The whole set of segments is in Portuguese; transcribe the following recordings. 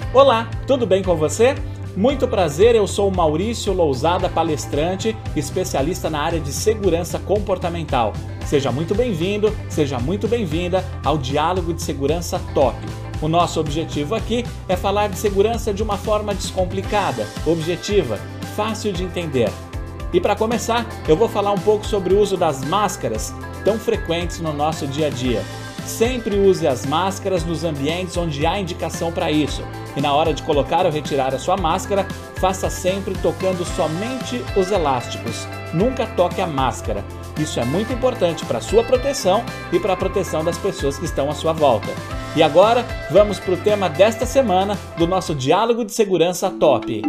Olá, tudo bem com você? Muito prazer, eu sou o Maurício Lousada, palestrante, especialista na área de segurança comportamental. Seja muito bem-vindo, seja muito bem-vinda ao Diálogo de Segurança Top. O nosso objetivo aqui é falar de segurança de uma forma descomplicada, objetiva, fácil de entender. E para começar, eu vou falar um pouco sobre o uso das máscaras tão frequentes no nosso dia a dia. Sempre use as máscaras nos ambientes onde há indicação para isso. E na hora de colocar ou retirar a sua máscara, faça sempre tocando somente os elásticos. Nunca toque a máscara. Isso é muito importante para a sua proteção e para a proteção das pessoas que estão à sua volta. E agora, vamos para o tema desta semana do nosso Diálogo de Segurança Top.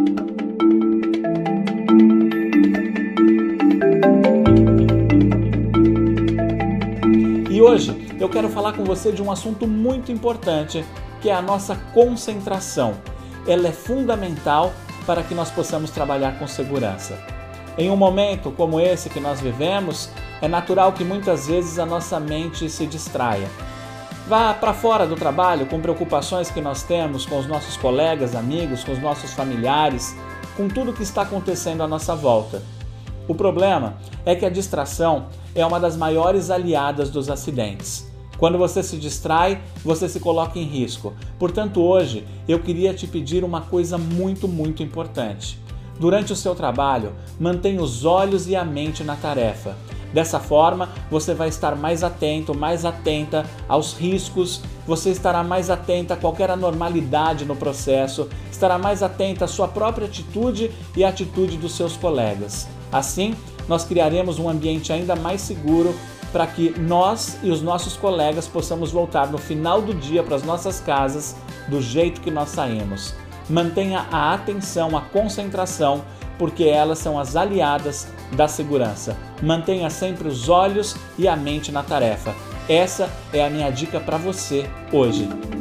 E hoje eu quero falar com você de um assunto muito importante, que é a nossa concentração. Ela é fundamental para que nós possamos trabalhar com segurança. Em um momento como esse que nós vivemos, é natural que muitas vezes a nossa mente se distraia. Vá para fora do trabalho com preocupações que nós temos com os nossos colegas, amigos, com os nossos familiares, com tudo que está acontecendo à nossa volta. O problema é que a distração é uma das maiores aliadas dos acidentes. Quando você se distrai, você se coloca em risco. Portanto, hoje eu queria te pedir uma coisa muito importante. Durante o seu trabalho, mantenha os olhos e a mente na tarefa. Dessa forma, você vai estar mais atento, mais atenta aos riscos, você estará mais atenta a qualquer anormalidade no processo, estará mais atenta à sua própria atitude e à atitude dos seus colegas. Assim, nós criaremos um ambiente ainda mais seguro para que nós e os nossos colegas possamos voltar no final do dia para as nossas casas do jeito que nós saímos. Mantenha a atenção, a concentração, porque elas são as aliadas da segurança. Mantenha sempre os olhos e a mente na tarefa. Essa é a minha dica para você hoje.